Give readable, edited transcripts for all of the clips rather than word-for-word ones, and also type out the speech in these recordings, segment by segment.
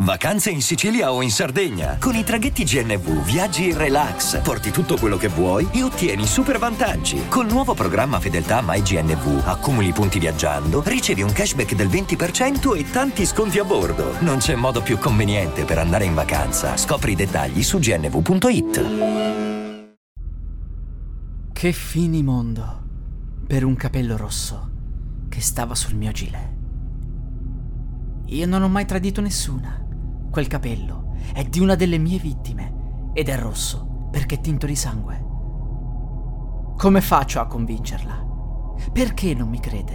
Vacanze in Sicilia o in Sardegna. Con i traghetti GNV viaggi in relax, porti tutto quello che vuoi e ottieni super vantaggi. Col nuovo programma Fedeltà MyGNV accumuli punti viaggiando, ricevi un cashback del 20% e tanti sconti a bordo. Non c'è modo più conveniente per andare in vacanza. Scopri i dettagli su gnv.it. Che finimondo per un capello rosso che stava sul mio gilet. Io non ho mai tradito nessuna. Quel capello è di una delle mie vittime ed è rosso perché è tinto di sangue. Come faccio a convincerla? Perché non mi crede?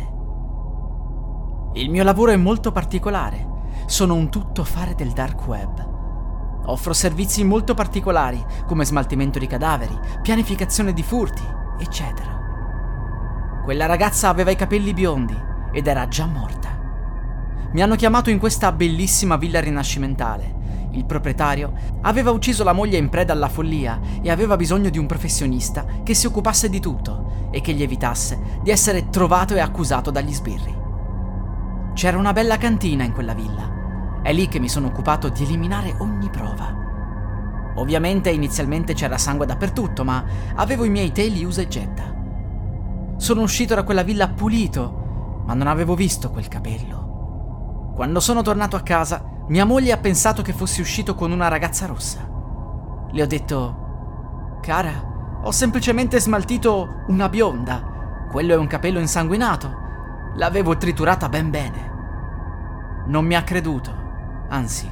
Il mio lavoro è molto particolare. Sono un tuttofare del dark web. Offro servizi molto particolari come smaltimento di cadaveri, pianificazione di furti, eccetera. Quella ragazza aveva i capelli biondi ed era già morta. Mi hanno chiamato in questa bellissima villa rinascimentale. Il proprietario aveva ucciso la moglie in preda alla follia e aveva bisogno di un professionista che si occupasse di tutto e che gli evitasse di essere trovato e accusato dagli sbirri. C'era una bella cantina in quella villa. È lì che mi sono occupato di eliminare ogni prova. Ovviamente inizialmente c'era sangue dappertutto, ma avevo i miei teli usa e getta. Sono uscito da quella villa pulito, ma non avevo visto quel capello. Quando sono tornato a casa, mia moglie ha pensato che fossi uscito con una ragazza rossa. Le ho detto: cara, ho semplicemente smaltito una bionda. Quello è un capello insanguinato. L'avevo triturata ben bene. Non mi ha creduto, anzi,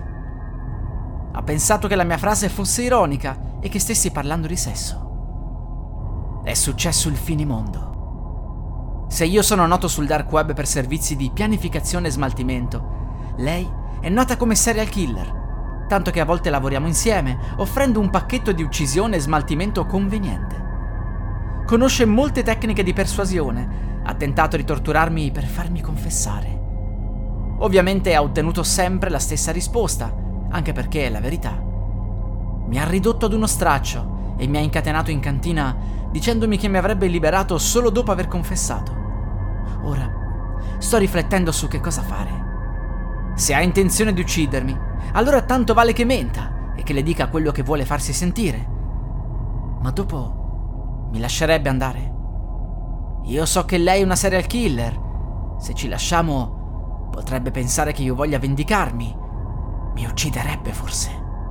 ha pensato che la mia frase fosse ironica e che stessi parlando di sesso. È successo il finimondo. Se io sono noto sul dark web per servizi di pianificazione e smaltimento, lei è nota come serial killer, tanto che a volte lavoriamo insieme, offrendo un pacchetto di uccisione e smaltimento conveniente. Conosce molte tecniche di persuasione, ha tentato di torturarmi per farmi confessare. Ovviamente ha ottenuto sempre la stessa risposta, anche perché è la verità. Mi ha ridotto ad uno straccio e mi ha incatenato in cantina dicendomi che mi avrebbe liberato solo dopo aver confessato. Ora sto riflettendo su che cosa fare. Se ha intenzione di uccidermi, allora tanto vale che menta e che le dica quello che vuole farsi sentire. Ma dopo mi lascerebbe andare. Io so che lei è una serial killer. Se ci lasciamo, potrebbe pensare che io voglia vendicarmi. Mi ucciderebbe forse.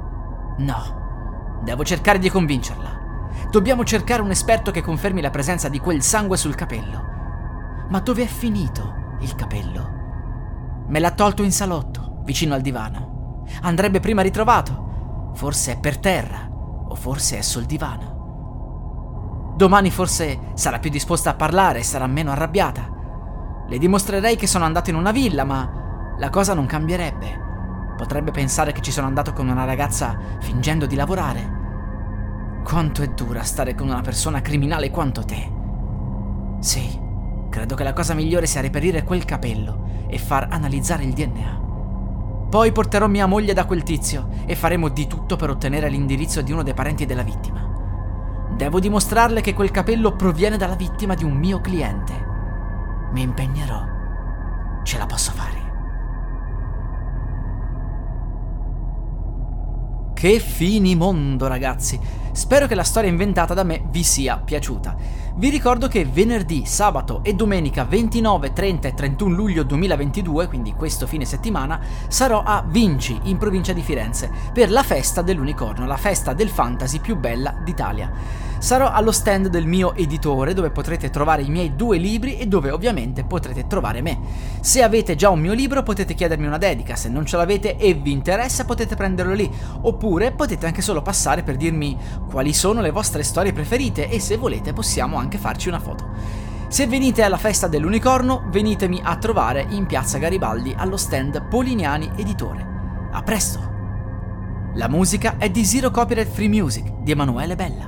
No, devo cercare di convincerla. Dobbiamo cercare un esperto che confermi la presenza di quel sangue sul capello. Ma dove è finito il capello? Me l'ha tolto in salotto, vicino al divano. Andrebbe prima ritrovato. Forse è per terra, o forse è sul divano. Domani forse sarà più disposta a parlare e sarà meno arrabbiata. Le dimostrerei che sono andato in una villa, ma la cosa non cambierebbe. Potrebbe pensare che ci sono andato con una ragazza fingendo di lavorare. Quanto è dura stare con una persona criminale quanto te. Sì, credo che la cosa migliore sia reperire quel capello e far analizzare il DNA. Poi porterò mia moglie da quel tizio e faremo di tutto per ottenere l'indirizzo di uno dei parenti della vittima. Devo dimostrarle che quel capello proviene dalla vittima di un mio cliente. Mi impegnerò. Ce la posso fare. Che finimondo, ragazzi! Spero che la storia inventata da me vi sia piaciuta. Vi ricordo che venerdì, sabato e domenica 29, 30 e 31 luglio 2022, quindi questo fine settimana, sarò a Vinci, in provincia di Firenze, per la festa dell'unicorno, la festa del fantasy più bella d'Italia. Sarò allo stand del mio editore, dove potrete trovare i miei 2 libri e dove ovviamente potrete trovare me. Se avete già un mio libro potete chiedermi una dedica, se non ce l'avete e vi interessa potete prenderlo lì, oppure potete anche solo passare per dirmi quali sono le vostre storie preferite e se volete possiamo anche farci una foto. Se venite alla festa dell'unicorno, venitemi a trovare in piazza Garibaldi allo stand Polignani Editore. A presto! La musica è di Zero Copyright Free Music di Emanuele Bella.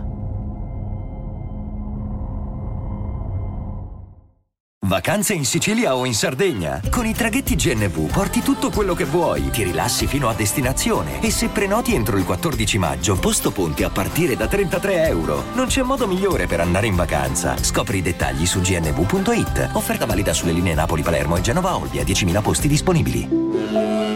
Vacanze in Sicilia o in Sardegna. Con i traghetti GNV porti tutto quello che vuoi, ti rilassi fino a destinazione e se prenoti entro il 14 maggio, posto ponti a partire da €33. Non c'è modo migliore per andare in vacanza. Scopri i dettagli su gnv.it. Offerta valida sulle linee Napoli-Palermo e Genova-Olbia, 10.000 posti disponibili.